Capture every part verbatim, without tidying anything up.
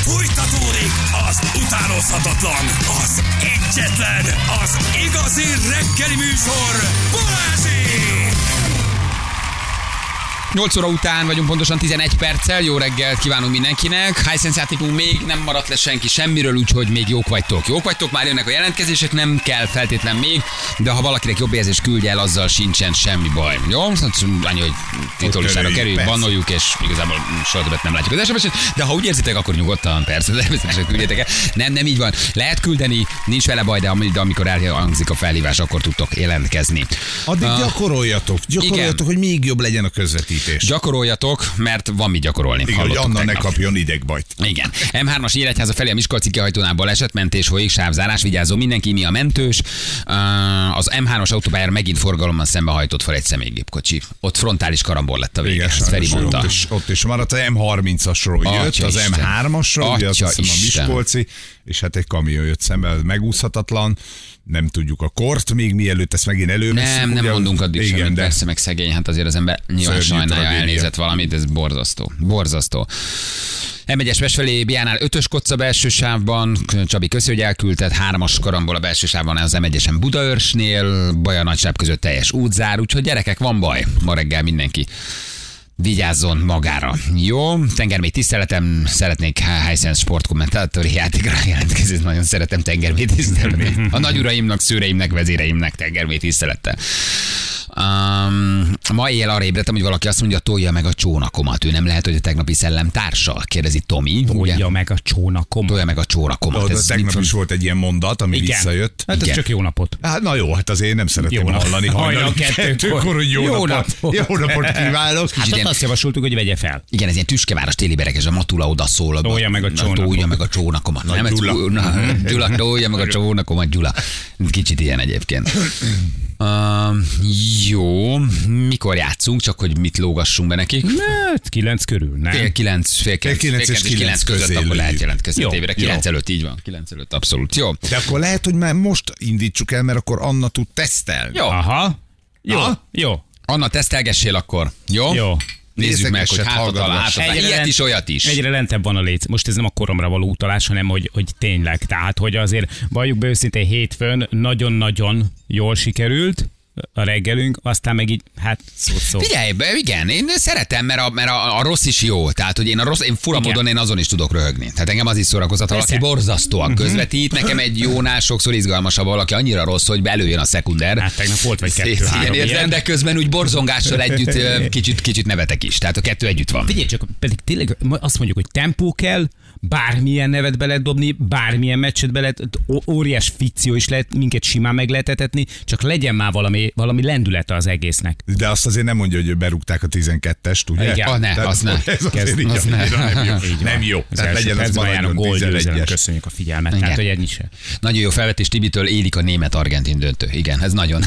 Fújtatódik az utánozhatatlan, az egyetlen, az igazi reggeli műsor, Balázsék! nyolc óra után vagyunk pontosan tizenegy perccel, jó reggelt kívánunk mindenkinek. Hisense játékunk még nem maradt le senki semmiről, úgyhogy még jók vagytok. Jók vagytok, már jönnek a jelentkezések, nem kell feltétlen még, de ha valakinek jobb érzés küldje el, azzal sincsen semmi baj. Jó? Annyi, hogy titolósára kerüljük, bannoljuk, és igazából soha többet nem látjuk az es em es-et, de ha úgy érzitek, akkor nyugodtan, persze, de természetesen küldjétek el. Nem, nem így van. Lehet küldeni, nincs vele baj, de amikor elhangzik a felhívás, akkor tudtok jelentkezni. Addig gyakoroljatok, gyakoroljatok, hogy még jobb legyen a közvetítés. Gyakoroljatok, mert van mit gyakorolni. Igen, hogy Anna ne kapjon idegbajt. Igen. em hármas Nyíregyháza felé a Miskolci kihajtónál esett, mentés folyik, sávzárás, vigyázzó mindenki, mi a mentős. Az em hármas autópályára megint forgalommal szembehajtott fel egy személygépkocsi. Ott frontális karambol lett a vége. Igen, ezt Feri mondta. Ott is, ott is maradt, az em harmincasról jött, Atya az Isten. em hármasról, ugye azt hiszem a Isten. Miskolci, és hát egy kamion jött szembe, megúszhatatlan. Nem tudjuk a kort, még mielőtt ezt megint előveszünk. Nem, nem ugye, mondunk addig igen, semmit, de... persze meg szegény, hát azért az ember nyilván Szörnyű sajnálja, tragédia. elnézett valamit, ez borzasztó. Borzasztó. em egyes Westfelé Biánál ötös kocca belső sávban, Csabi köszi, hogy elküldted, hármas karambol a belső sávban az em egyesen Budaörsnél, Baja Nagysáv között teljes útzár, úgyhogy gyerekek, van baj, ma reggel mindenki vigyázzon magára. Jó, tengermély tiszteletem, szeretnék Hisense sportkommentátori játékra jelentkezni, nagyon szeretem tengermély tiszteletem. A nagyuraimnak, szőreimnek, vezéreimnek tengermély tisztelettel. Um, ma éjjel arra ébredtem, hogy valaki azt mondja, tolja meg a csónakomat. Ő nem lehet, hogy a tegnapi szellem társa? Kérdezi Tomi. Tolja ugye? meg a csónakomat. Tolja meg a csónakomat. Oda, Ez tegnap mit- is volt egy ilyen mondat, ami Igen. visszajött. Hát ez Igen. csak jó napot. Hát na jó, hát azért nem szeretem Jó nap. hallani Hajnal hajnali kettőkor. kettőkor, hogy jó, Jó napot, napot. jó napot kívánok. Hát ott ilyen- azt javasoltuk, hogy vegye fel. Igen, ez ilyen tüskeváros téli berekes, a Matula oda szól. Tolja meg a Na, csónakomat. Tolja meg a csónakomat. Nem, ez- Gyula. Na, Gyula, tolja meg a csónakomat, Gyula. Kicsit ilyen egyébként. Uh, jó, mikor játszunk, csak hogy mit lógassunk be nekik? Hát kilenc körül, nem? Fél kilenc, fél kilenc, kilenc fél és kilenc, kilenc között, közé akkor lehet lőjük. jelentkezni a Jó, tévére. jó. Kilenc előtt, így van, kilenc előtt, abszolút. Jó. De akkor lehet, hogy már most indítsuk el, mert akkor Anna tud tesztelni. Jó. Aha. Jó, Aha. jó, Anna, tesztelgessél akkor. Jó? jó. Nézzük meg, hogy Nézegesset, hát talán, hallgatgass. hát Egyre ilyet lent- is, olyat is. Egyre lentebb van a léc. Most ez nem a koromra való utalás, hanem hogy, hogy tényleg. Tehát, hogy azért valljuk be őszintén hétfőn nagyon-nagyon jól sikerült a reggelünk, aztán meg így, hát szó-szó. Figyelj, be, igen, én szeretem, mert a, mert a, a rossz is jó. Tehát, hogy én a rossz, én fura Igen. módon én azon is tudok röhögni. Tehát engem az is szórakoztat, ha valaki Persze. borzasztóan közvetít. Nekem egy jónál sokszor izgalmasabb, valaki annyira rossz, hogy belőjön a szekunder. Hát tegnap volt vagy Szét- kettő-három ilyen érzem, ilyen. de közben úgy borzongással együtt ö, kicsit, kicsit nevetek is. Tehát a kettő együtt van. Figyelj csak, pedig tényleg azt mondjuk, hogy tempó kell, bármilyen nevet be lehet dobni, bármilyen meccset be lehet, ó- óriás fikció is lehet, minket simán meg lehet etetni, csak legyen már valami, valami lendülete az egésznek. De azt azért nem mondja, hogy berúgták a tizenkettest, ugye? Igen. Ah, ne, Tehát az ne. Ez Kezd- azért így az ne. annyira nem jó. Így van. Nem jó. Az Tehát első legyen az percben járunk maradjon gól győzelem, tizenegyes. köszönjük a figyelmet. Igen. Tehát, hogy ennyi se. Nagyon jó felvetés Tibitől, élik a német-argentin döntő. Igen, ez nagyon.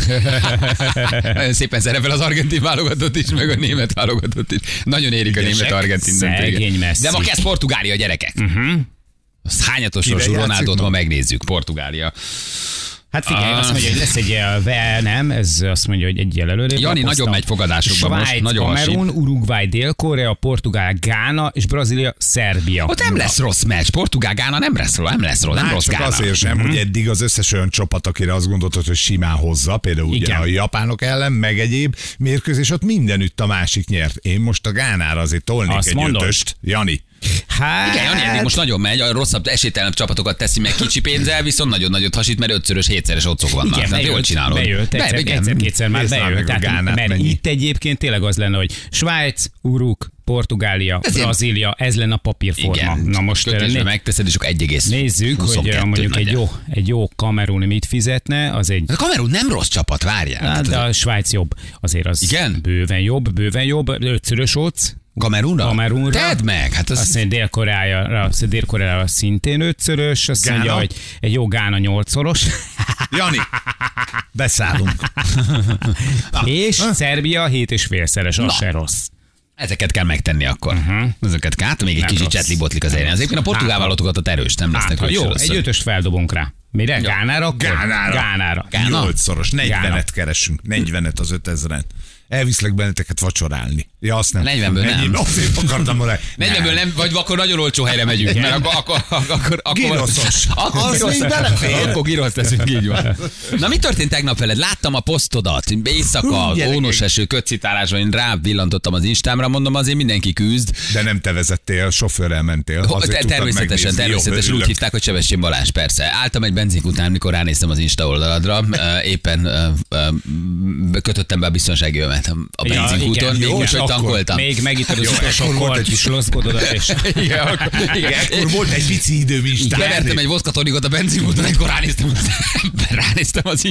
Nagyon szépen szerepel az argentin válogatott is, meg a német válogatott is. Nagyon érik a Ügyesek. német-argentin döntő. igen. Szegény Messi. De ma kezd Portugália, gyerekek. Uh-huh. Azt hányatos Kivel sorsú játszik Ronaldot ma? ma megnézzük, Portugália. Hát figyelj, Ah. azt mondja, hogy lesz egy eh, ve, nem, ez azt mondja, hogy egy jel előre. Jani nagyon megy fogadásokba most, Svájc, nagyon Kamerun, Uruguay, Dél-Korea, Portugál, Gána és Brazília, Szerbia. Ott nem lesz rossz meccs. Portugál Gána nem lesz rossz, nem lesz rossz, nem Hát rossz csak Gána. azért sem, hogy eddig az összes olyan csapat, akire azt gondoltad, hogy simán hozza, például ugye Igen. a japánok ellen, meg egyéb mérkőzés, ott mindenütt a másik nyert. Én most a Gánára azért tolnék Azt egy mondod? ötöst. Jani. Hát, Igen, Jani eddig most nagyon megy, a rosszabb, esélytelenebb csapatokat teszi meg kicsi pénzzel, viszont nagyon nagyot hasít, mert ötszörös, hétszeres otcok vannak. igen, Tehát jól bejött, csinálod. bejött, Be- egyszer, igen. egyszer, kétszer már Nézd már bejött. meg a Tehát, Gánát mert mennyi. itt egyébként tényleg az lenne, hogy Svájc, Uruk, Portugália, Ezért- Brazília, ez lenne a papírforma. Igen, Na most kötésbe né- megteszed, és akkor egy egész nézzük, hogy huszonkettő uh, mondjuk egy nagy. jó, egy jó kameruni mit fizetne, az egy A Kamerun nem rossz csapat, várjál. Hát, Hát, de a Svájc jobb. Azért az Igen? bőven jobb, bőven jobb. Ötszörös ott. Kamerunra? Kamerunra. Tedd meg, hát az... Azt mondja, Dél-Koreára, Dél-Koreára szintén ötszörös, azt Gána? mondja, hogy egy jó Gána nyolcszoros, Jani, beszállunk. és Szerbia hét és félszeres, az Na. se rossz. Ezeket kell megtenni akkor. Uh-huh. Ezeket kell, hát még egy Nem kicsit rossz. csetli-botlik az érén. Azért a portugál Hát, vállalatokat erős, nem lesznek Hát, ha ők se jó, rosszak. egy ötöst feldobunk rá. Mire? Ja. Gánára akkor? Gánára. Gánára. Gána? Nyolcszoros, negyvenet Gána. keresünk. negyvenet az ötezren. Elviszlek benneteket vacsorálni. Ja, azt nem. negyvenből nem. Ennyi, azért akartam volna. negyvenből nem, vagy akkor nagyon olcsó helyre megyünk, mert akkor... akkor, akkor, akkor Giroszos. Akkor Az még belefér. Akkor girosz teszünk, így van. Na mi történt tegnap veled? Láttam a posztodat, éjszaka, ónos eső, kötcitálásban, én rá villantottam az Instámra, mondom, azért mindenki küzd. De nem te vezettél, sofőrrel mentél. Ho, te, természetesen, természetesen úgy hívták, hogy Sebestyén Balázs, persze. Álltam egy benzinkután, mikor ránéztem az Insta oldaladra, éppen kötöttem be a biztonsági övet a benzinkúton, még úgy, hogy tankoltam. Még megitted az utolsó kort, és loszkododat, és... Igen, akkor, igen. Ekkor volt egy pici időm is. Bevertem egy vodkatonikot a benzinkúton, ekkor ránéztem, ránéztem az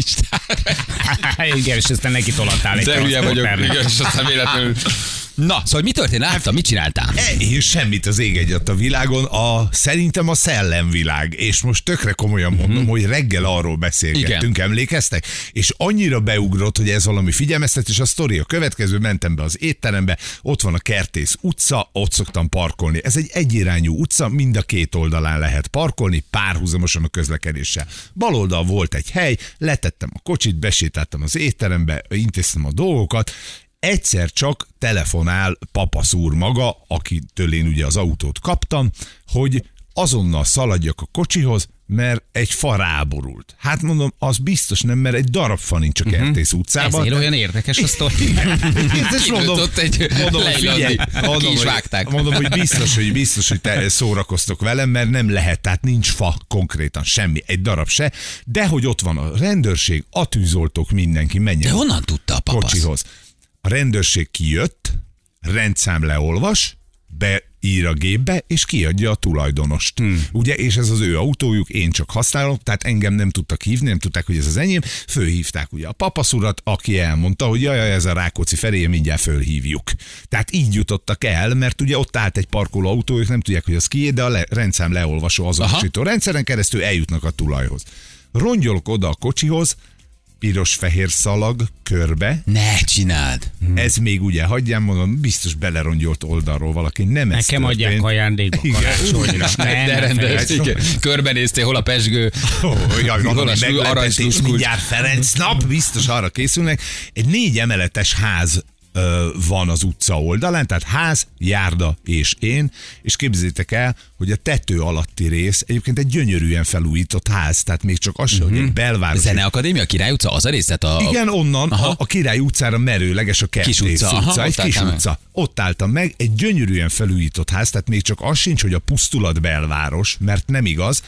Instára. Igen, és aztán neki tolattál egy de ugye vagyok, igen, és aztán véletlenül. Na, szóval mi történt? Láttam, mit csináltál? És semmit az ég egyet a világon, a, szerintem a szellemvilág, és most tökre komolyan mondom, mm-hmm. hogy reggel arról beszélgettünk, igen. Emlékeztek? És annyira beugrott, hogy ez valami figyelmeztetés, a sztori a következő, mentem be az étterembe, ott van a Kertész utca, ott szoktam parkolni. Ez egy egyirányú utca, mind a két oldalán lehet parkolni, párhuzamosan a közlekedéssel. Bal oldal volt egy hely, letettem a kocsit, besétáltam az étterembe, intéztem a dolgokat, egyszer csak telefonál Papasz úr maga, akitől én ugye az autót kaptam, hogy azonnal szaladjak a kocsihoz, mert egy fa ráborult. Hát mondom, az biztos nem, mert egy darab fa nincs a Kertész utcában. Ezért olyan érdekes a sztori. mondom, egy mondom, hogy figyelj, mondom, hogy, mondom, hogy biztos, hogy biztos, hogy te szórakoztok velem, mert nem lehet, tehát nincs fa konkrétan, semmi, egy darab se, de hogy ott van a rendőrség, a tűzoltók, mindenki menjen. De honnan tudta a Papasz? Kocsihoz. A rendőrség kijött, rendszám leolvas, beír a gépbe, és kiadja a tulajdonost. Hmm. Ugye, és ez az ő autójuk, én csak használom, tehát engem nem tudtak hívni, nem tudták, hogy ez az enyém. Fölhívták ugye a Papasz urat, aki elmondta, hogy jaj, ez a Rákóczi Feri, mindjárt fölhívjuk. Tehát így jutottak el, mert ugye ott állt egy parkoló autó, ők nem tudják, hogy az kié, de a le, rendszám leolvasó azonosító rendszeren keresztül eljutnak a tulajhoz. Rongyolok oda a kocsihoz, piros-fehér szalag körbe. Ne csináld! Ez még ugye, hagyjám mondom, biztos belerongyolt oldalról valaki. Nem ez nekem történt. adják ajándékba karácsonyra. De rendes, körbenéztél, hol a pesgő, oh, jaj, hol a sül, aranyszluskulcs. Mindjárt Ferenc nap, biztos arra készülnek. Egy négy emeletes ház van az utca oldalán, tehát ház, járda és én, és képzeljétek el, hogy a tető alatti rész egyébként egy gyönyörűen felújított ház, tehát még csak az, uh-huh. hogy egy belváros. Zeneakadémia, Király utca, az a részlet a... Igen, onnan a, a Király utcára merőleges a Kertész kis utca, utca, aha, egy kis meg. utca. Ott álltam meg, egy gyönyörűen felújított ház, tehát még csak az sincs, hogy a pusztulat belváros, mert nem igaz.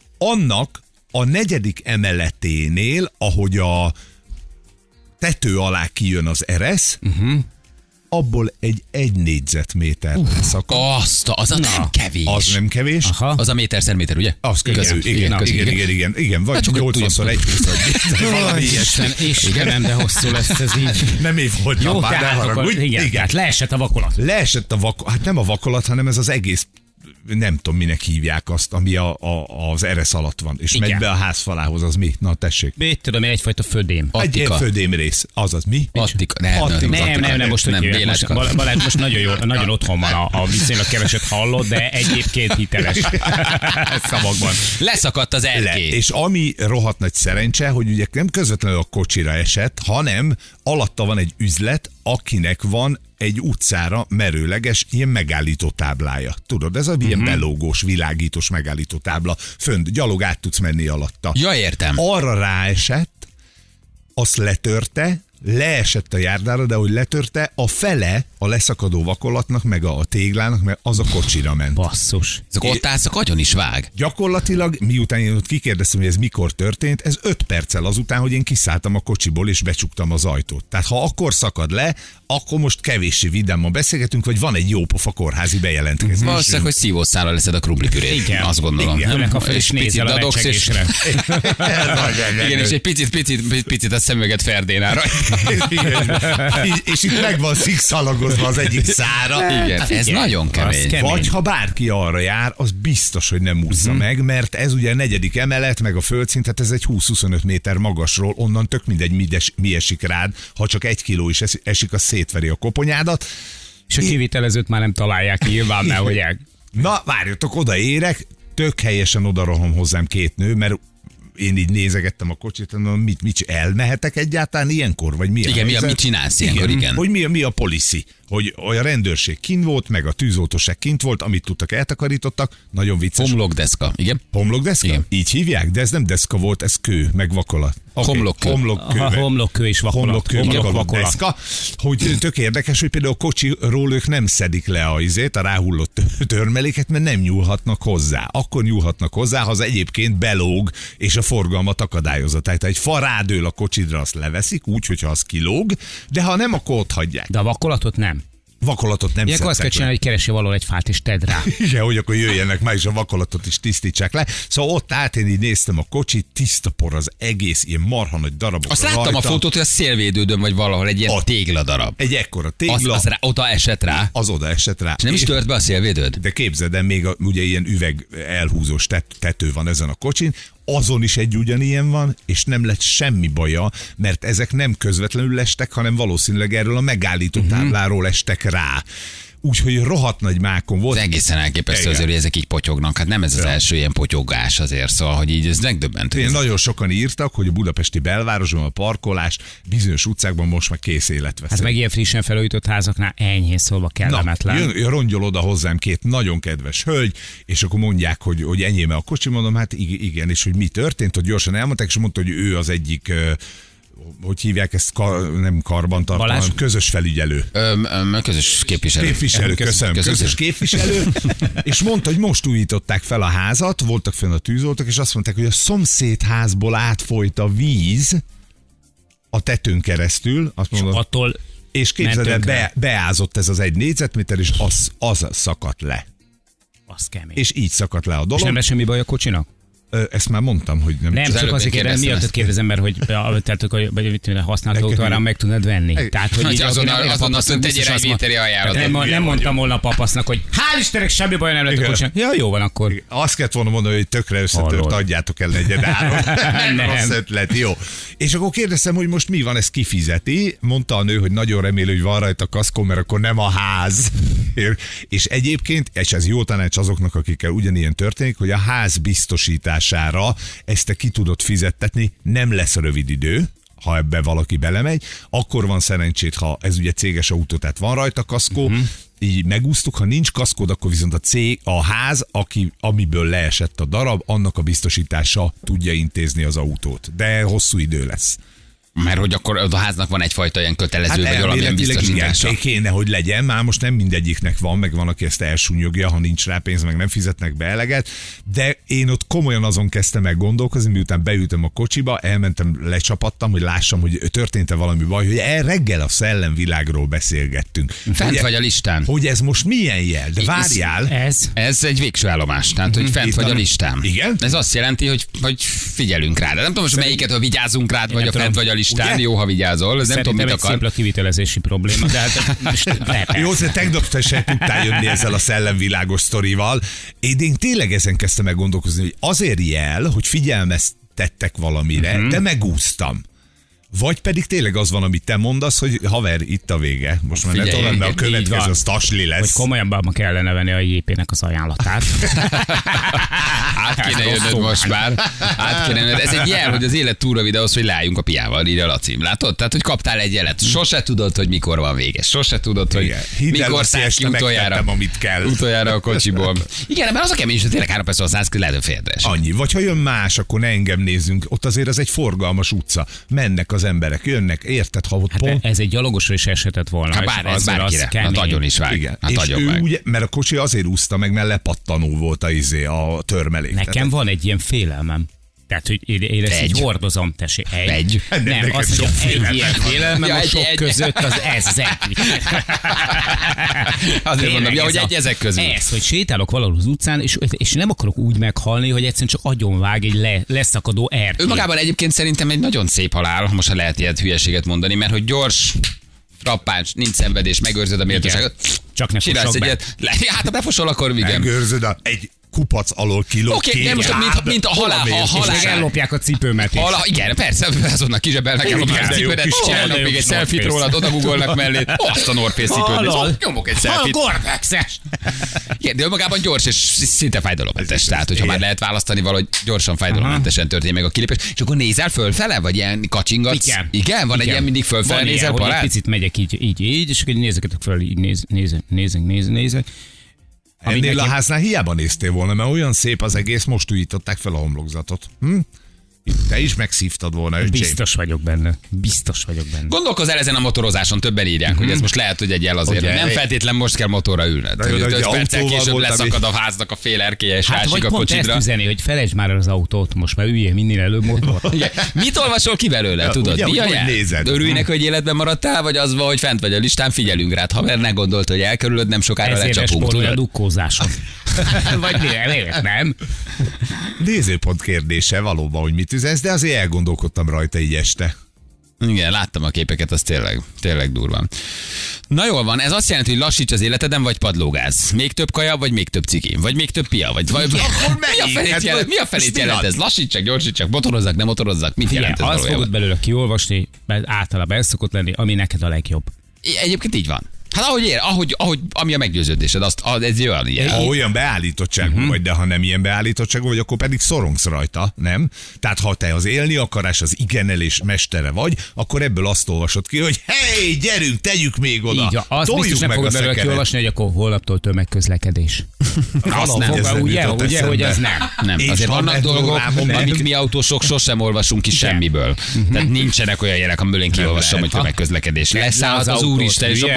Annak a negyedik emeleténél, ahogy a tető alá kijön az eresz, uh-huh. abból egy egy négyzetméter uh, szakad. Azt, az a nem kevés. Az nem kevés. Aha. Az a méter szer méter, ugye? Az igen, igen, igen, igen, igen, igen, igen, vagy nyolcvanszor egy valami Isten, Istenem, de hosszú lesz ez így. Nem év voltam jó, már, de haragudj. Igen, tehát leesett a vakolat. Leesett a vakolat, hát nem a vakolat, hanem ez az egész, nem tudom, minek hívják azt, ami a, a, az eresz alatt van, és igen. megy be a ház falához, az mi? Na, tessék. Mit tudom én, egyfajta födém. Egy ilyen födém rész, azaz mi? Attika. Nem, Attika. nem, nem, nem, nem, most, nem, nem most, Balázs most nagyon, jó, nagyon otthon van, a, a viszonylag keveset hallott, de egyébként hiteles szavakban. Leszakadt az erkély. Le, és ami rohadt nagy szerencse, hogy ugye nem közvetlenül a kocsira esett, hanem alatta van egy üzlet, akinek van egy utcára merőleges ilyen megállító táblája. Tudod, ez a ilyen uh-huh. belógós, világítós megállító tábla. Fönt, gyalog át tudsz menni alatta. Ja, értem. Arra ráesett, azt letörte, leesett a járdára, de hogy letörte, a fele a leszakadó vakolatnak, meg a téglának, meg az a kocsira ment. Basszus. Ezek ott állsz, a agyon is vág. Gyakorlatilag, miután én ott kikérdeztem, hogy ez mikor történt, ez öt perccel azután, hogy én kiszálltam a kocsiból, és becsuktam az ajtót. Tehát ha akkor szakad le, akkor most kevéssé vidáman beszélgetünk, vagy van egy jópofa kórházi bejelentkezés. Valószínűleg, hogy szívószállal leszed a krumplipürét. Igen. Azt gondolom. Igen. És nézzel a recsegésre. Igen, és egy picit, picit, picit a szemüveget Ferdénára. És itt meg van szikszalagozva az egyik szára. Igen, ez nagyon kemény. kemény. Vagy ha bárki arra jár, az biztos, hogy nem ússza uh-huh. meg, mert ez ugye a negyedik emelet, meg a földszint, tehát ez egy húsz-huszonöt méter magasról, onnan tök mindegy, mi, des, mi esik rád, ha csak egy kiló is esik, az szétveri a koponyádat. És a kivitelezőt már nem találják nyilván, mert hogy el... Na, várjatok, odaérek, tök helyesen odarohom hozzám két nő, mert én így nézegettem a kocsit, mondom, mit, mit elmehetek egyáltalán ilyenkor, vagy mi? Igen, mi a, mit csinálsz ilyenkor, igen. Hogy mi a, mi a policy? hogy a rendőrség kint volt, meg a tűzoltóság kint volt, amit tudtak, eltakarítottak. Nagyon vicces. Homlokdeszka, igen. Homlokdeszka? Igen. Így hívják, de ez nem deszka volt, ez kő, meg vakolat. Okay. Homlokkő. Homlokkő. A homlokkő és vakolat. Homlokkő, Homlok, vakolat, vakolat. deszka. Hogy tök érdekes, hogy például a kocsiról ők nem szedik le a izét, a ráhullott törmeléket, mert nem nyúlhatnak hozzá. Akkor nyúlhatnak hozzá, ha az egyébként belóg, és a forgalmat akadályozza. Tehát ha egy fa rádől a kocsidra, azt leveszik, úgy, hogyha az kilóg, de ha nem, akkor ott hagyják. De a vakolatot nem. Vakolatot nem Ilyenkor azt kell szedtek le. csinálni, hogy keresi valahol egy fát és tedd rá. Igen, hogy akkor jöjjenek már, és a vakolatot is tisztítsák le. Szóval ott át én így néztem a kocsit, tiszta por az egész, ilyen marha nagy darabok Azt láttam rajta. a fotót, hogy a szélvédődön vagy valahol egy ilyen Ott. tégladarab. Egy ekkora Az, tégla, az az, rá, oda esett rá. az oda esett rá. És nem is tört be a szélvédőd? De képzeld el, még a, ugye ilyen üveg elhúzós tet, tető van ezen a kocsin, azon is egy ugyanilyen van, és nem lett semmi baja, mert ezek nem közvetlenül estek, hanem valószínűleg erről a megállító tábláról estek rá. Úgyhogy rohadt nagy mákon volt. Ez egészen elképesztő Igen. azért, hogy ezek így potyognak. Hát nem ez az Ja. első ilyen potyogás azért, szóval, hogy így ez megdöbbentő. Én nagyon sokan írtak, hogy a budapesti belvárosban a parkolás bizonyos utcákban most már kész életveszély. Hát meg ilyen frissen felújított házaknál enyhén szólva kellemetlen. Na, jön, rongyol oda hozzám két nagyon kedves hölgy, és akkor mondják, hogy, hogy enyém a kocsi, mondom, hát igen, és hogy mi történt, hogy gyorsan elmondták, és mondta, hogy ő az egyik, hogy hívják ezt, kar, nem karbantartó, hanem közös felügyelő. Öm, öm, közös képviselő. Képviselő, Köz- köszönöm, közös- közös képviselő, és mondta, hogy most újították fel a házat, voltak fenn a tűzoltók, és azt mondták, hogy a szomszédházból átfolyt a víz a tetőn keresztül, azt És mondom, attól és képzeld el, mentünk be, beázott ez az egy négyzetméter, és az, az szakadt le. az kemény. És így szakadt le a És dolog. nem lesz semmi baj a kocsinak? Ö, Ezt már mondtam, hogy nem. Nem, Az csak előbb azért én kérdezem, kérdeztem miatt ezt. kérdezem, mert hogy, a- tehát, hogy vagy mit tudom, használt Nekem autóra így- meg tudod venni. Tehát, hogy Hogy így azonnal- akkor nem- azonnal nem- azt mondta, biztos tegyél azt egy mond- méteri ajánlatot. Nem, Hülye nem mondtam vagyok. volna a papasznak, hogy hál' Istennek semmi baj nem lett a Igen. kocsinak. Ja, jó van akkor. Azt kellett volna mondani, hogy tökre összetört, Hallod. adjátok el negyed áron. Nem. Rossz ötlet, jó. És akkor kérdeztem, hogy most mi van, ez kifizeti. Mondta a nő, hogy nagyon remélő, hogy van rajta kaszkó, mert akkor nem a ház. És egyébként, és ez jó tanács azoknak, akikkel ugyanilyen történik, hogy a ház biztosítására ezt te ki tudod fizettetni, nem lesz rövid idő, ha ebbe valaki belemegy, akkor van szerencsét, ha ez ugye céges autó, tehát van rajta kaszkó, uh-huh. így megúsztuk, ha nincs kaszkód, akkor viszont a cég, a ház, aki, amiből leesett a darab, annak a biztosítása tudja intézni az autót. De hosszú idő lesz. Mert hogy akkor a háznak van egyfajta ilyen kötelező, vagy valamilyen elméletileg biztosítása. igen, kéne, hogy legyen, már most nem mindegyiknek van, meg van, aki ezt elsúnyogja, ha nincs rá pénz, meg nem fizetnek be eleget, de én ott komolyan azon kezdtem meg gondolkozni, miután beültem a kocsiba, elmentem, lecsapattam, hogy lássam, hogy történt-e valami baj, hogy el reggel a szellemvilágról beszélgettünk. Fent Hogy- vagy a listán. Hogy ez most milyen jel? De várjál, Ez Ez egy végső állomás, tehát hogy fent Itt vagy a a- listán. Igen? Ez azt jelenti, hogy, hogy figyelünk rád. Nem tudom most melyiket, ha vigyázunk rád, vagy nem a fent tudom. vagy a listán, Ugye? jó, ha vigyázol. Ez nem tudom, szerintem mit egy akar. szimpla kivitelezési probléma, de hát most ne, jó, de tegnap te se tudtál jönni ezzel a szellemvilágos sztorival. Én, én tényleg ezen kezdtem meg gondolkozni, hogy azért jel, hogy figyelmeztettek valamire, Mhm. uh-huh. de megúsztam. Vagy pedig tényleg az van, amit te mondasz, hogy haver, itt a vége. Most már nem Figyelj, tudom, mert a így következő van. az tasli hogy lesz. komolyabban kellene venni a jé pének az ajánlatát. Át kéne jönnöd most már. Át kéne jönnöd. Ez egy jel, hogy az élet túl rövid ahhoz, hogy leálljunk a piával, írja Laci. Látod? Tehát, hogy kaptál egy jelet. Sose tudod, hogy mikor van vége. Sose tudod, hogy Igen. Hidd el, mikor Laci, szállsz ki este utoljára. megtettem, amit kell. Utoljára a kocsiból. Igen, mert az a kemény, hogy tényleg három perc szállsz ki, lehet, hogy félres. Annyi. Vagy ha jön más, akkor ne engem nézzünk. Ott azért az egy forgalmas utca. Mennek az emberek, jönnek, érted, ha ott Hát pont... ez egy gyalogosra is eshetett volna. Hát és bár ez azért az bárkire. Hát kemény. nagyon is vág. Igen. Hát És nagyon ő vág. ugye, mert a kocsi azért úszta meg, mert lepattanó volt a, izé, a törmelék. Nekem Tehát- van egy ilyen félelmem. Tehát, hogy én, én ezt Egy. így hordozom, tessék. Egy. Egy. Nem, Nekem az, hogy sok egy félelmem ilyen van. félelmem Ja, a egy- sok egy- között, az ez, ez egy. Azért mondom, ja, ez hogy a- egy ezek közül. Ez, hogy sétálok valahol az utcán, és, és nem akarok úgy meghalni, hogy egyszerűen csak agyonvág egy le, leszakadó ert. Önmagában egyébként szerintem egy nagyon szép halál, most ha lehet ilyet hülyeséget mondani, mert hogy gyors, frappáns, nincs szenvedés, megőrzöd a méltóságot. Csak ne Csinálsz fossak egy be. ilyet. Le- Hát ha befosol, akkor igen. Megőrzöd a, egy kupac alól kiló. Oké, okay, de most mint, mint a halál, ha a halál. Ellopják a cipőmet is. Hala, igen, persze, azonnal kizsebelnek, ellopják a cipődet, csinálnak még egy selfie rólad, odagugolnak mellé. Azt a North Face cipőt, nyomok egy selfie-t. Hol a Gore-Texes? Igen, de önmagában gyors és szinte fájdalommentes. Tehát, hogyha már lehet választani valahogy gyorsan fájdalommentesen történik meg a kilépés. És akkor nézel fölfele, vagy ilyen kacsingatsz? Igen. Igen, van egy ilyen mindig fölfele nézel barát? Egy picit megyek így, így, így, és akkor nézzeketek föl, így néz, nézek, nézek, nézek, nézek. Ennél nekem... a háznál hiába néztél volna, mert olyan szép az egész, most újították fel a homlokzatot. Hm? Te is megszívtad volna, öcsém. Biztos vagyok benne. Biztos vagyok benne. Gondolkozz el ezen a motorozáson, többen írják, mm-hmm. hogy ez most lehet, hogy egy jel azért. Ugye, nem feltétlen most kell motorra ülned. Hogy öt perccel később leszakad a háznak a fél erkélye, és hát ásik a pont kocsidra. Ezt üzeni, hogy felejtsd már az autót, most már üljél minél előbb motor. Mit olvasol ki belőle, ja, tudod? Ugye, Mi a hogy nézed? Örülj neki, hogy életben maradtál, vagy az van, hogy fent vagy a listán, figyelünk rád. Haver, ne gondolt, hogy elkerülöd, nem sokára lecsapunk. Ez a dukkózáson. Vagy miért nem? Nézőpont kérdése valóban, hogy mit üzensz, de azért elgondolkodtam rajta így este. Igen, láttam a képeket, az tényleg, tényleg durva. Na jól van, ez azt jelenti, hogy lassíts az életeden, vagy padlógáz. Még több kaja, vagy még több ciki, vagy még több pia, vagy, vagy mi a felét jelent, mi a felét jelent ez? Lassítsak, gyorsítsak, motorozzak, nem motorozzak, mit jelent ez? Azt fogod belőle kiolvasni, mert általában ez szokott lenni, ami neked a legjobb. Egyébként így van. Hát ahogy ér, ahogy, ahogy, ami a meggyőződésed, azt, az, ez olyan ilyen. Ha olyan beállítottságú uh-huh. vagy, de ha nem ilyen beállítottságú vagy, akkor pedig szorongsz rajta, nem? Tehát ha te az élni akarás, az igenelés mestere vagy, akkor ebből azt olvasod ki, hogy hé, gyerünk, tegyük még oda. Így, azt biztos nem fogod belőle kiolvasni, hogy akkor holnaptól tömegközlekedés. Azt nem. Foga, ugye, ugye, hogy az nem. Nem. És azért vannak dolgok, nem. amik mi autósok sosem olvasunk ki semmiből. Uh-huh. Tehát nincsenek olyan jelek, amiből én kiolvasom, hogy tömegközlekedés. Leszállhat az Úristen, és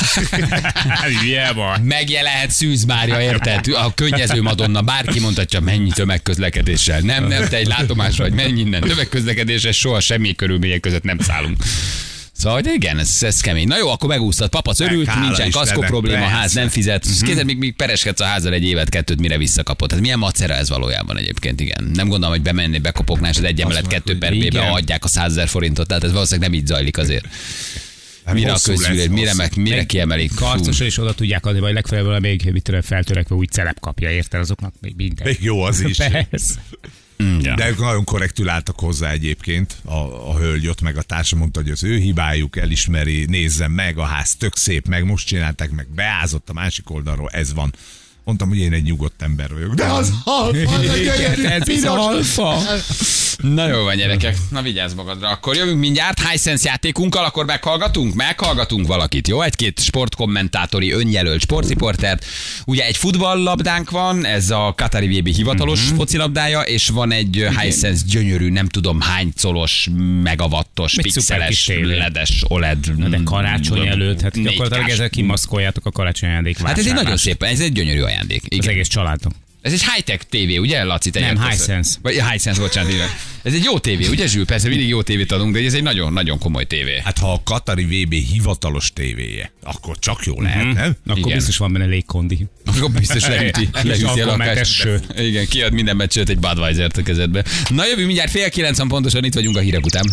megjelenhet Szűz Mária, érted? A könnyező Madonna, bárki mondhatja, mennyi tömegközlekedéssel. Nem, nem, te egy látomásra vagy, menj innen. Tömegközlekedésre soha semmi körülmények között nem szállunk. Szóval, hogy igen, ez, ez kemény. Na jó, akkor megúsztad. Papac örült, Hála nincsen kaszkó probléma, a ház nem fizet. Uh-huh. Kézzel még, még pereskedsz a házzal egy évet, kettőt, mire visszakapod. Tehát milyen macera ez valójában egyébként, igen. Nem gondolom, hogy bemenni, bekopogná, és az egy emelet kettő per B-be adják a százezer forintot, tehát ez valószínűleg nem így zajlik azért. Mire a közgyűlés, mire, meg, mire kiemelik? Karcosra is oda tudják adni, vagy legfeljebb még mitől feltörekve úgy celep kapja, érted? Azoknak még minden. Még jó az is. Persze. Mm, ja. De ők nagyon korrektül álltak hozzá egyébként. A, a hölgy ott meg a társa mondta, hogy az ő hibájuk, elismeri, nézzem meg, a ház tök szép, meg most csinálták, meg beázott a másik oldalról, ez van. Mondtam, hogy én egy nyugodt ember vagyok. De az alfa, ez alfa. Na jó van, gyerekek. Na vigyázz magadra. Akkor jövünk mindjárt Hisense játékunkkal, akkor meghallgatunk? Meghallgatunk valakit, jó? Egy-két sportkommentátori önjelölt sportriportert. Ugye egy futballlabdánk van, ez a Katari vé bé hivatalos mm-hmm. focilabdája, és van egy Hisense gyönyörű, nem tudom hány colos, megawattos, pixeles, ledes, o el é dé. Na de karácsony előtt, hát gyakorlatilag ezzel kimaszkoljátok a karácsony ajándékvásárlást. Hát ez egy nagyon szép, ez egy gyönyörű ajándék. Igen. Az egész családnak. Ez egy high-tech tévé, ugye, Laci? Te nem, Hisense. Vagy Hisense, bocsánat. Ez egy jó tévé, ugye, Zsül? Persze mindig jó tévét adunk, de ez egy nagyon-nagyon komoly tévé. Hát ha a Katari vé bé hivatalos tévéje, akkor csak jó lehet, mm-hmm. nem? Akkor igen. Biztos van benne légkondi. Akkor biztos leüti, leüti a lakást. Igen, kiad minden meccsőt egy Budweiser-t a kezedbe. Na jövő mindjárt fél kilencven pontosan, itt vagyunk a hírek után.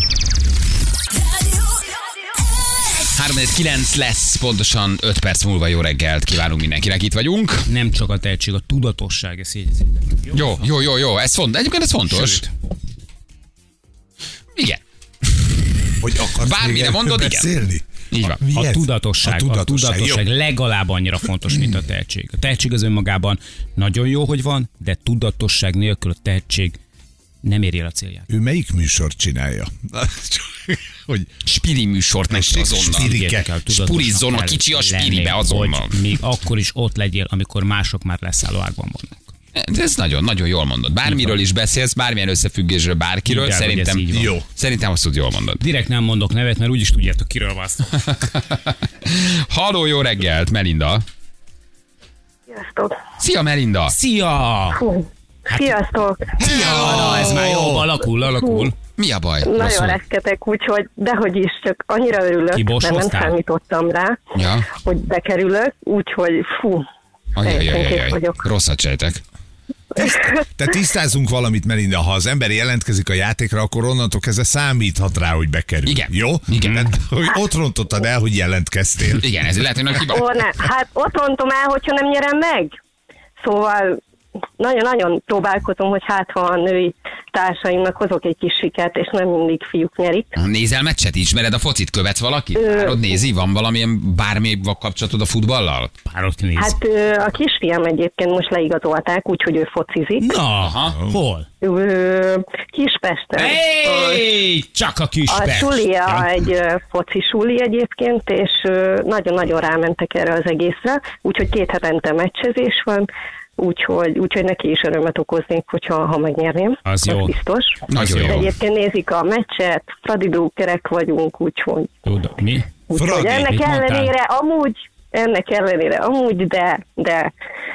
három kilenc lesz, pontosan öt perc múlva. Jó reggelt kívánunk mindenkinek, itt vagyunk. Nem csak a tehetség, a tudatosság, ez jegyzik. Jó, jó, jó, jó, ez fontos. Egyébként ez fontos. Sőt. Igen. Hogy akarsz bármire mondod, igen. Így van. A, a tudatosság, a tudatosság, a tudatosság legalább annyira fontos, mint a tehetség. A tehetség az önmagában nagyon jó, hogy van, de tudatosság nélkül a tehetség nem éri el a célját. Ő melyik műsort csinálja? Hogy spiri műsort meg azonnal. Spurizzon a kicsi a spiribe azonnal. Hogy még akkor is ott legyél, amikor mások már leszálló ágban vannak. Ez nagyon, nagyon jól mondod. Bármiről is beszélsz, bármilyen összefüggésről, bárkiről, Így szerintem jó. Szerintem azt tud jól mondod. Direkt nem mondok nevet, mert úgyis tudjátok, kiről van szó. Halló, jó reggelt, Melinda. Sziasztok. Szia, Melinda. Szia. Hú. Hát, sziasztok! Szia! Na, ez már jobb, alakul, alakul. Hú. Mi a baj? Nagyon reszketek, úgyhogy dehogy is, csak annyira örülök, mert nem számítottam rá, ja. hogy bekerülök, úgyhogy fú, ajajajajaj, rosszat sejtek. Te tisztázunk valamit, Melinda, ha az ember jelentkezik a játékra, akkor onnantól kezdve számíthat rá, hogy bekerül. Igen. Jó? Igen. Tehát, hogy ott rontottad el, hogy jelentkeztél. Igen, ez lehet, hogy nagy hiba. Ó, ne, hát ott rontom el, hogyha nem nyerem meg. Szóval nagyon-nagyon próbálkozom, hogy hát ha a női társaimnak hozok egy kis sikert, és nem mindig fiúk nyerik. Nézel meccset, ismered a focit, követsz valakit? Párod nézi? Van valamilyen bármi kapcsolatod a futballal? Párod néz. Hát a kisfiam egyébként most leigazolták, úgyhogy ő focizik. Na, aha. Hol? Kispesten. Hey, csak a Kispest. A sulia ja. egy foci suli egyébként, és nagyon-nagyon rámentek erre az egészre, úgyhogy két hetente meccsezés van, úgyhogy, úgyhogy neki is örömet okoznék, hogyha ha megnyerném. Az jó. Biztos. Nagyon jó. Egyébként nézik a meccset, Fradi drukkerek vagyunk, úgyhogy... Tudod, mi? Úgyhogy ennek Mit ellenére mondtál? amúgy, ennek ellenére amúgy, de... de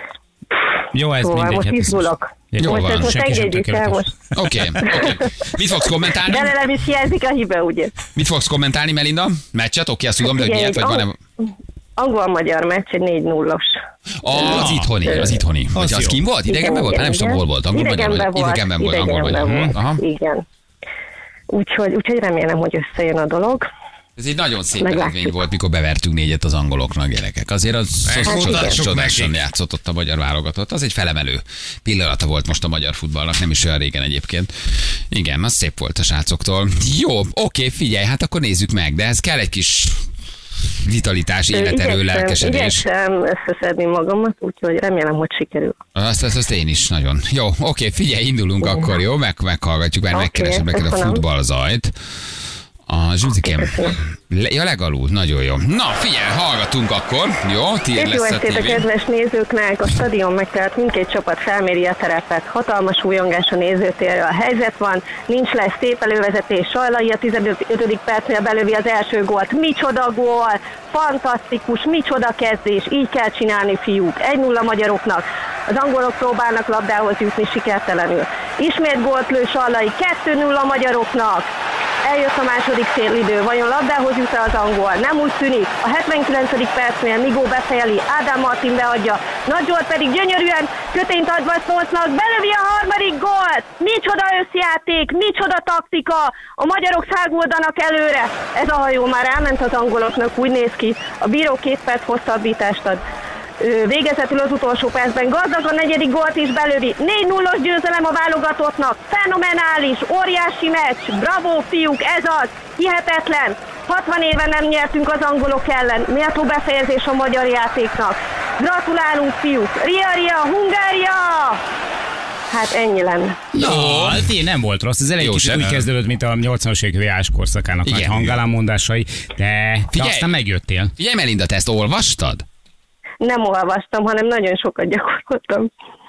jó, ez szóval mindegy. most Hát izgulok. Jó most van, ezt most senki sem engedjük el tökéletes. most. Oké, okay, oké. Okay. Mit fogsz kommentálni? De nem is hiányzik a hibe, ugye? Mit fogsz kommentálni, Melinda? Meccset? Oké, azt tudom, de hogy Igen, miért, vagy ang- van-e... Angol-magyar meccs, egy négy nullos. Ah, az itthoni, az itthoni. Vagy az kim volt? Idegenben volt? Nem is tudom, hol volt. Angol-magyar vagy? Idegenben volt, angol-magyar. volt. Igen. Úgyhogy, úgyhogy remélem, hogy összejön a dolog. Ez egy nagyon szép Meglátjuk. eredmény volt, mikor bevertünk négyet az angoloknak, gyerekek. Azért az csodásan játszott ott a magyar válogatott. Az egy felemelő pillanata volt most a magyar futballnak, nem is olyan régen egyébként. Igen, az szép volt a srácoktól. Jó, oké, figyelj, hát akkor nézzük meg, de ez kell egy kis vitalitás, életerő, lelkesedés. Igyekszem összeszedni magamat, úgyhogy remélem, hogy sikerül. Azt, azt, azt én is nagyon. Jó, oké, figyelj, indulunk akkor, jó? Meg, meghallgatjuk, mert Oké, megkeresem neked a köszönöm. futballzajt. A Zsuzikém. Le, ja, legalul, nagyon jó. Na, figyelj, hallgatunk akkor. Jó, tiéd Szép jó lesz a estét a tévé. kedves nézőknek, a stadion megtelt, mindkét csapat felméri a terepet, hatalmas újongás a nézőtérre, a helyzet van, nincs lesz szép elővezetés, Sajlai a tizenötödik percnél belövi az első gólt, micsoda gól, fantasztikus, micsoda kezdés, így kell csinálni, fiúk, egy nulla magyaroknak, az angolok próbálnak labdához jutni sikertelenül. Ismét gólt lő Sajlai, kettő nulla magyaroknak. Eljött a második félidő, vajon labdához jut-e az angol? Nem úgy tűnik. A hetvenkilencedik percnél Migó befejeli, Ádám Martin beadja, Nagy Zsolt pedig gyönyörűen kötényt adva Szolcnak, belövi a harmadik gólt! Micsoda összjáték, micsoda taktika! A magyarok száguldanak előre. Ez a hajó már elment az angoloknak, úgy néz ki. A bíró két perc hosszabbítást ad. Végezetül az utolsó percben gazdag a negyedik gólt is belövi. négy nullos győzelem a válogatottnak. Fenomenális, óriási meccs. Bravo, fiúk, ez az. Hihetetlen. hatvan éve nem nyertünk az angolok ellen. Méltó befejezés a magyar játéknak. Gratulálunk, fiúk. Ria, Ria, Hungária! Hát ennyi lenne. No, hát én nem volt rossz. Ez elég kicsit úgy kezdődött, mint a nyolcvanas évek vé á-s korszakának nagy hangálámmondásai, de, de aztán megjöttél. Figyelj, Melinda, te ezt olvastad? Nem olvastam, hanem nagyon sokat gyakoroltam.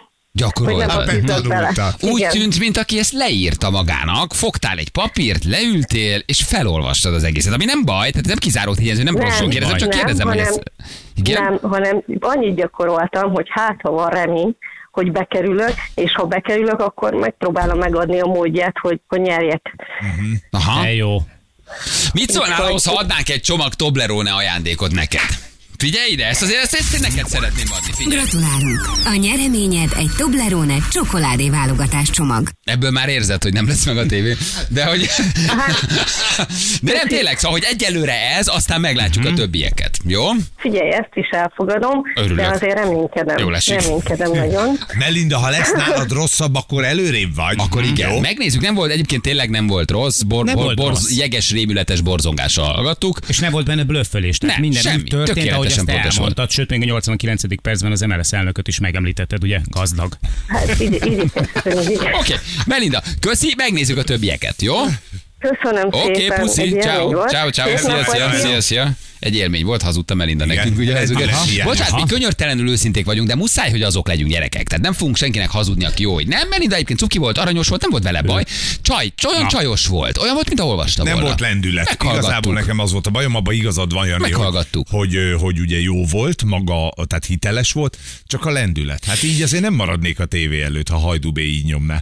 Gyakoroltad. Úgy igen. Tűnt, mint aki ezt leírta magának, fogtál egy papírt, leültél, és felolvastad az egészet, ami nem baj, tehát nem kizárót tényező, nem rosszul kérdezem, csak kérdezem, hanem, hogy ez... Igen? Nem, hanem annyit gyakoroltam, hogy hát, ha van remény, hogy bekerülök, és ha bekerülök, akkor megpróbálom megadni a módját, hogy, hogy nyerjek. Uh-huh. Aha. De jó. Mit szólnál ahhoz, ha adnánk egy csomag Toblerone ajándékot neked? Figyelj ide, ezt azért ezt, ezt neked szeretném adni, figyelj. Gratulálunk! A nyereményed egy Toblerone csokoládé válogatás csomag. Ebből már érzed, hogy nem lesz meg a tévé, de hogy... De nem tényleg, szóval, hogy egyelőre ez, aztán meglátjuk hmm. a többieket, jó? Figyelj, ezt is elfogadom, örülök. De azért reménykedem. Jó lesz. Reménykedem nagyon. Melinda, ha lesz nálad rosszabb, akkor előrébb vagy. Akkor igen. Jó? Megnézzük, nem volt, egyébként tényleg nem volt rossz, bor, nem bor, volt borz, rossz. jeges, rémületes borzongással hallgattuk. És nem volt benne blöffölés, tehát nem, minden semmi. úgy történt, ahogy ezt elmondtad, sőt, még a nyolcvankilencedik percben az em el es elnököt is megemlítetted, ugye, gazdag. Hát így, így Oké, okay. Melinda, köszi, megnézzük a többieket, jó? Köszönöm okay, szépen. Oké, puszi, ciao, ciao, ciao, szia, szia, szia, szia. Egy élmény volt, hazudta Melinda nekünk, ugye ez ugye. Bocsánat, mi könyörtelenül őszinték vagyunk, de muszáj, hogy azok legyünk gyerekek. Tehát nem fogunk senkinek hazudni, aki jó, hogy nem. Melinda egyébként cuki volt, aranyos volt, nem volt vele baj. Csaj, olyan csajos volt, olyan volt, mint ahol olvastam Nem volna. volt lendület. Igazából nekem az volt a bajom, abban igazad van, Jani, hogy, hogy, hogy ugye jó volt, maga, tehát hiteles volt, csak a lendület. Hát így azért nem maradnék a tévé előtt, ha Hajdú B így nyomná.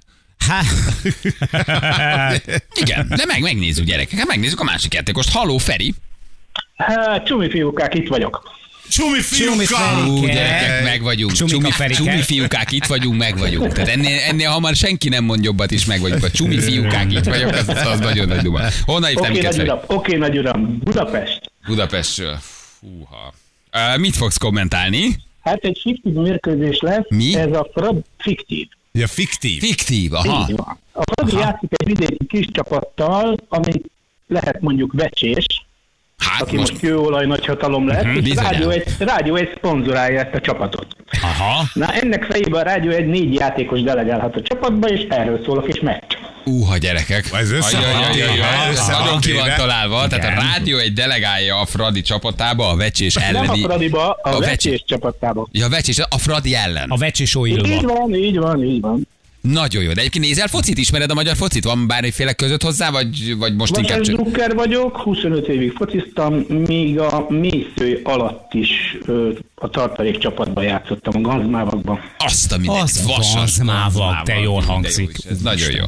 Igen, de meg, megnézzük gyerekek, hát megnézzük a másik játékost. Halló, Feri. Hát, csumi fiúkák, itt vagyok. Csumi fiúkák! Ú, gyerekek, meg vagyunk. Csumi, csumi fiúkák, itt vagyunk, meg vagyunk. Tehát ennél, ennél hamar senki nem mond jobbat is, meg vagyunk. A csumi fiúkák, itt vagyok, az, az nagyon nagy duma. Honnan hívtál okay, minket, Feri? Oké, okay, nagy uram, Budapest. Budapestről. Fúha. Uh, mit fogsz kommentálni? Hát egy fiktív mérkőzés lesz, Mi? ez a Fradi fiktív. Ja, fiktív. Fiktív, aha. Így van. A Fradi játszik egy vidéki kis csapattal, ami lehet mondjuk Vecsés, Hát aki most... most kőolaj nagyhatalom lesz, Uh-huh, és bizonyám. Rádió egy, Rádió egy szponzorálja ezt a csapatot. Aha. Na ennek fejében a Rádió egy négy játékos delegálhat a csapatba, és erről szól a kis meccs. Úha, gyerekek. Ez össze van Ajaj, ajaj, téve, ajaj, össze van nagyon ki van téve. találva. Tehát a Rádió egy delegálja a Fradi csapatába, a Vecsés Nem a elleni... Fradiba, a, A a Vecsés. Vecsés csapatába. Ja, a Vecsés, a Fradi ellen. A Vecsés Így Oilba. van, így van, így van. Nagyon jó. De egyébként nézel focit? Ismered a magyar focit? Van bármiféle között hozzá, vagy, vagy most inkább Vasas csak... Drucker vagyok, huszonöt évig fociztam, míg a mészői alatt is ö, a tartalék csapatban játszottam, a Gazmávakban. Azt a mindenit. Az Vasas gazmával, gazmával. te jól De jó hangzik. is, Ez nagyon jó.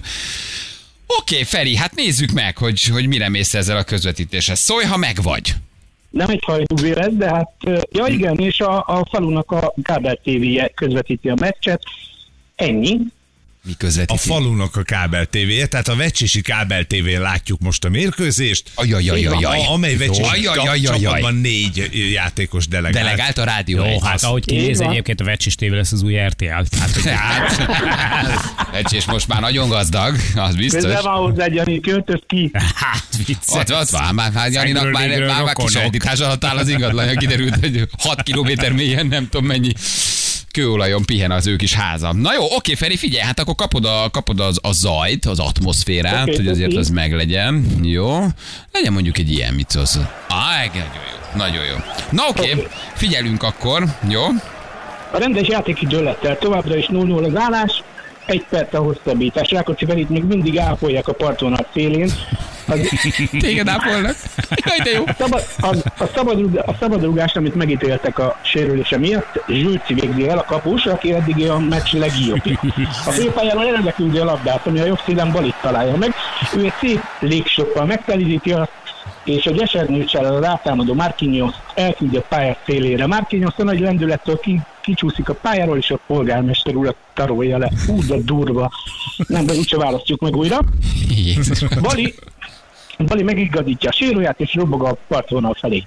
Oké, Feri, hát nézzük meg, hogy, hogy mire mész ezzel a közvetítéshez. Szólj, ha meg vagy. Nem egy hajdú élet, de hát, ö, ja igen, és a, a falunak a kábel tévéje közvetíti a meccset. Ennyi. Mi A közvetíti? falunak a kábel tévéje, tehát a vecsési kábel tévén látjuk most a mérkőzést, Ajajajajaj. a- amely vecsési Ajajajajaj. csapatban négy játékos delegált. Delegált a Rádió Jó, egy. hát ahogy Így kinéz van. egyébként a Vecsés tévé lesz az új er té el. Hát, hogy Hát, Vecsés most már nagyon gazdag, az biztos. Közel van hozzá, Gyani, költöz ki. hát vicces. Ott, ott van, már, már Janinak Szegről már, végről már, már rokonok. kisajtítás alatt áll az ingatlan, kiderült, hogy hat kilométer mélyen nem tudom mennyi kőolajon pihen az ő kis háza. Na jó, oké, Feri, figyelj, hát akkor kapod a, kapod az, a zajt, az atmoszférát, Oké, hogy azért oké. az meglegyen. Jó. Legyen mondjuk egy ilyen, mit szólsz? Á, nagyon jó, nagyon jó. Na oké, figyelünk akkor, jó? A rendes játékidő lett el, továbbra is null null az állás, egy perc a hosszabbítás. Rákóczi Ferit még mindig ápolják a partvonal szélén. Az, Téged ápolnak? Jaj, de jó. a, szabad, az, a, szabadrug, a szabadrugást, amit megítéltek a sérülése miatt, Zsülci végzi el, a kapus, aki eddig a meccs legjobbja. A főpályáról előre küldi a labdát, ami a jobb szélen Balit találja meg. Ő egy szép légsokkal megtelíti azt, és egy esernyőcsel a rátámadó Marquinhos elküldi a pályát szélére. Marquinhos a nagy lendülettől ki, kicsúszik a pályáról, és a polgármester urat tarolja le. Hú, de durva. Nem, de úgyse választjuk meg újra. Jézus. Bali, Bali megigazítja a séróját, és robog a partvonal felé.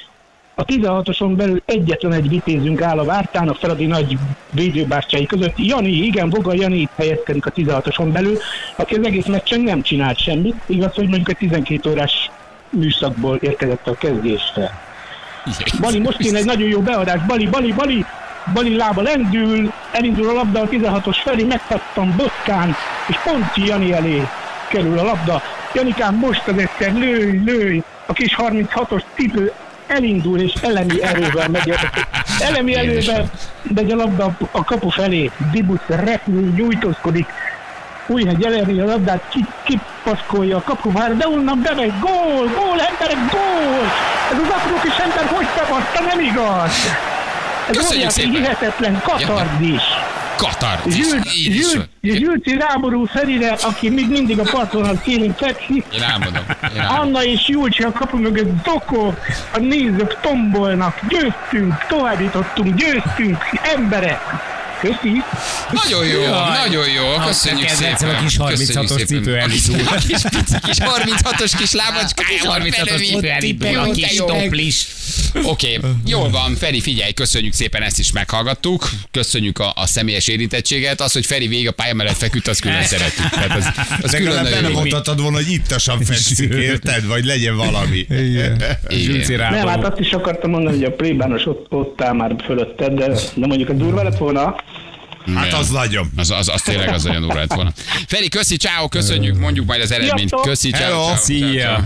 A tizenhatoson belül egyetlen egy vitézünk áll a vártán, a Fradi nagy védőbástyái között. Jani, igen, Boga Jani itt helyezkedik a tizenhatoson belül, aki az egész meccsen nem csinált semmit. Igaz, hogy mondjuk egy tizenkét órás műszakból érkezett a kezdésre. Bali most kéne egy nagyon jó beadás. Bali, Bali, Bali, Bali lába lendül, elindul a labda a tizenhatos felé, megpattan Botkán, és pont Jani elé kerül a labda. Janikám, most az egyszer lőj, lőj, a kis harminchatos cipő elindul, és elemi erővel megy. Elemi erővel megy a labda a kapu felé. Dibusz repül, nyújtózkodik. Újhegy elerni a labdát, ki, kipaszkolja a kapumára, de onnan bemegy, gól, gól, emberek, gól! Ez az apró kis ember hogy szabadta, nem igaz? Ez Köszönjük óriási, szépen. hihetetlen katardis. Katar. Zsült- Zsült- Zsülci ráborul Ferire, aki még mindig a partvonal szélén fekszik. Én álmodom. Én álmodom. Anna és Julcsi a kapu mögött dokog, a nézők tombolnak, győztünk, továbbítottunk, győztünk, emberek. Köszi. Nagyon jó, nagyon jó. Köszönjük kedvencem szépen. a kis harminchatos Köszönjük szépen. cipő elindul. A kis pici kis harminchatos kis lábacskája van harminchatos belőle. cipő elindul, a Jó, kis de jó. toplis. Oké, jól van, Feri, figyelj, köszönjük szépen, ezt is meghallgattuk. Köszönjük a, a személyes érintettséget. Az, hogy Feri végig a pálya mellett feküdt, azt külön szeretjük. Tehát az, az külön Legalább nagyon nem jó. mondhatod volna, hogy ittasan fekszik, érted? Vagy legyen valami. Zsülci Igen. Nem, hát ráborul. azt is akartam mondani, hogy a plébános ott, ott áll már fölötted, de, de mondjuk a durva lett volna. Hát az nagyon. Az, az, az tényleg az olyan óra lett volna. Feri, köszi, ciao, köszönjük, mondjuk majd az eredményt. Sziasztok! Köszi, ciao, Hello. ciao, ciao, Szia. ciao.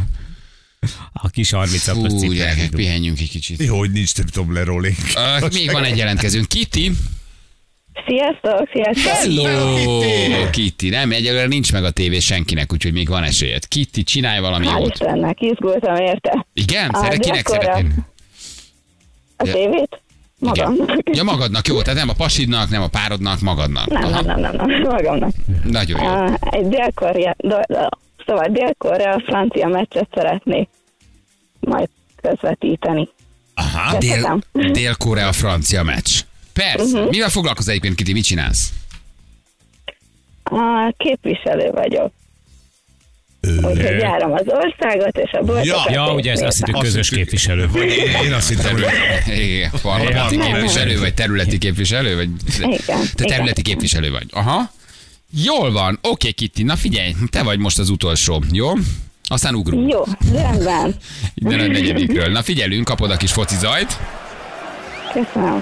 A kis harminchatos Fú, cipő gyerekek, elindul. pihenjünk egy kicsit. Jó, hogy nincs több Toblerolénk. Uh, még van egy jelentkezőnk. Kitty. Sziasztok, sziasztok! Hello, Kitty. Nem, egyelőre nincs meg a tévé senkinek, úgyhogy még van esélyed. Kitty, csinálj valami Hál' jót. Istennek, izgultam érte. Igen? Á, Szeret, de kinek akkor a- szeretnél? A Ja. tévét? Igen. Magamnak. Ja, magadnak, jó, tehát nem a pasidnak, nem a párodnak, magadnak. Nem, Aha. nem, nem, nem, nem, magamnak. Nagyon jó. Á, egy dél-korea, szóval dél-korea francia meccset szeretnék majd közvetíteni. Aha. Dél, Értem. Dél-Korea francia meccs. Persze. Uh-huh. Mivel foglalkozol egyébként, Kitty? Mit csinálsz? Á, képviselő vagyok. Ö, Úgyhogy járom az országot, és a boltokat. Ja, ugye ez azt hittük közös képviselő. Vagy én, én azt hittem, hogy Igen, parlamenti képviselő, vagy területi képviselő, vagy te területi képviselő vagy. Aha. Jól van, oké, Kitty, na figyelj, te vagy most az utolsó, jó? Aztán ugrunk. Jó, rendben. Innen a negyedikről. Na figyelünk, kapod a kis foci zajt. Köszönöm.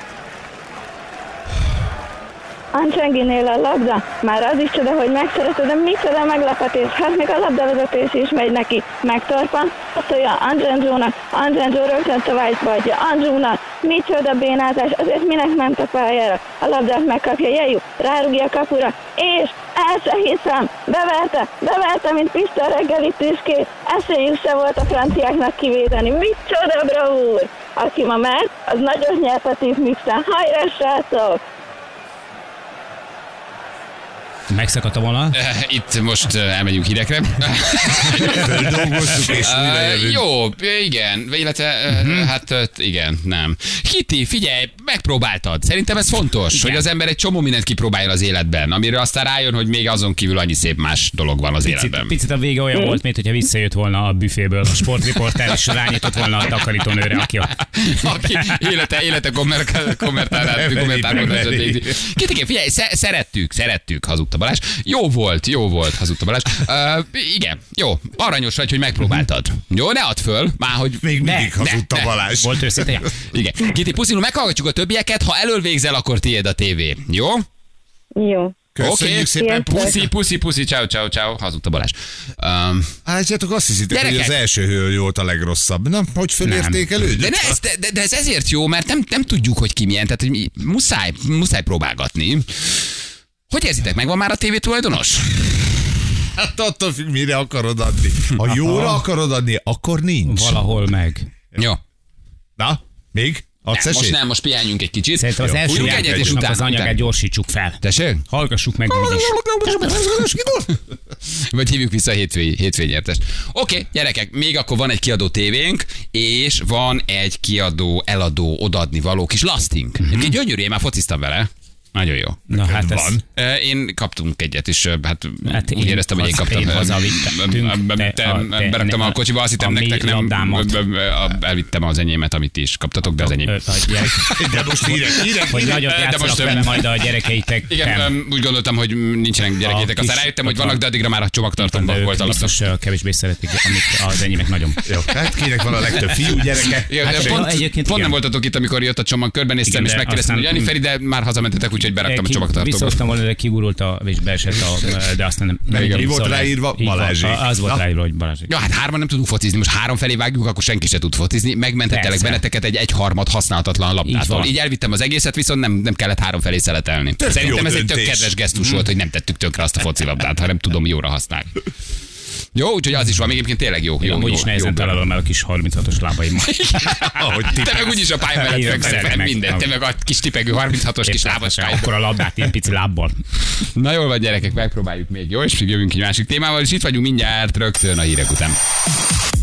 Ancsenginél a labda, már az is csoda, hogy megszerezted, de micsoda meglepetés, hát még a labdavezetés is megy neki. Megtorpan, szólja Andrzsendzsónak, Andrzsendzsó rögtön továbbba adja Andrzsónak, micsoda bénázás, azért minek ment a pályára, a labdát megkapja Jeju, rárugja a kapura, és el se hiszem, beverte, beverte, mint Pista reggeli tüskét, eszélyük se volt a franciáknak kivédeni, micsoda bravúr! Aki ma mert, az nagyon nyert a tízmixen, hajrá srácok! Megszakadt a vonal. Itt most elmegyünk hírekre. dolgoztuk, és uh, Jó, igen, illetve uh-huh. hát igen, nem. Kitty, figyelj, megpróbáltad. Szerintem ez fontos, igen. hogy az ember egy csomó mindent kipróbáljon az életben, amire aztán rájön, hogy még azon kívül annyi szép más dolog van az picit, életben. Picit a vége olyan volt, mint hogyha visszajött volna a büféből a sportriporter, és rányitott volna a takarítónőre, aki ott. Aki élete, élete kommentálát, kommentálkodás. Kitty, figyelj, szerettük, szerettük, hazudtam. Balázs. Jó volt, jó volt, hazudta Balázs. Uh, igen, jó, aranyos vagy, hogy megpróbáltad. Jó, ne add föl, már hogy... Még mindig ne, hazudta ne, Balázs. Volt őszinte. Igen. Kitty, puszilul, meghallgatjuk a többieket, ha elől végzel, akkor tiéd a tévé. Jó? Jó. Köszönjük okay. szépen. Puszi, puszi, puszi, ciao, ciao, ciao. Hazudta Balázs. Um, Látjátok, azt hiszitek, gyerekek, hogy az első hő volt a legrosszabb. Na, hogy fölértékelődjük? De, ne, ez, de, de ez ezért jó, mert nem, nem tudjuk, hogy ki milyen. Tehát hogy muszáj, muszáj próbálgatni. Hogy érzitek, megvan már a tévé tulajdonos? Hát attól függ, mire akarod adni. Ha jóra akarod adni, akkor nincs. Valahol meg. Jó. Na, még? Nem, most nem, most pihenjünk egy kicsit. Szerintem az első játékosnak az anyagát gyorsítsuk fel. Tessék? Hallgassuk meg úgy is. Vagy hívjuk vissza a hétfői, hétfői nyertest. Oké, okay, gyerekek, még akkor van egy kiadó tévénk, és van egy kiadó, eladó, odaadni való kis lasting. Mm-hmm. Egyébként gyönyörű, én már fociztam vele. Nagyon jó. Na hát van. Ez... Én kaptunk egyet, és hát, hát úgy éreztem, hogy én kaptam. Én hazavittem. Beraktam a kocsiba, azt hittem nektek nem. Elvittem az enyémet, amit ti is kaptatok, de az enyém. De most hírek, hírek. Hogy nagyot játszanak vele majd a gyerekeitek. Igen, úgy gondoltam, hogy nincsenek gyerekeitek. Aztán rájöttem, hogy vannak, de addigra már a csomagtartóban volt alapszak. Biztos kevésbé szeretik, amit az enyémek nagyon. Jó, hát kinek van a legtöbb fiú gyereke? Pont nem voltatok itt, amikor jött a csomag, körbenéztem, és megkérdeztem, hogy Jani, Feri, de már hazamentetek, úgyhogy beraktam a csomagtartóba. Visszahoztam volna, de kigurult a, és beesett a, de aztán nem. nem mi volt ráírva? Balázsék. Az volt ráírva, hogy Balázsék. Ja, hát hárman nem tudunk focizni, most három felé vágjuk, akkor senki se tud focizni. Megmentettelek benneteket egy egyharmad használhatatlan labdától. Így, Így elvittem az egészet, viszont nem, nem kellett három felé szeletelni. Tök Szerintem ez döntés. Egy tök kedves gesztus mm. volt, hogy nem tettük tönkre azt a focilabdát, hanem tudom jóra használni. Jó, úgyhogy az is van, még egyébként tényleg jó. jó, jó úgy is nehezen találom meg a kis harminchatos lábaimmal. Te meg úgyis a pálya mellett fekszel, minden. Te meg a kis tipegő harminchatos kis lábaskány. Akkor a labdát ilyen pici lábbal. Na jól van, gyerekek, megpróbáljuk még, jó? És még jövünk egy másik témával, és itt vagyunk mindjárt rögtön a hírek után.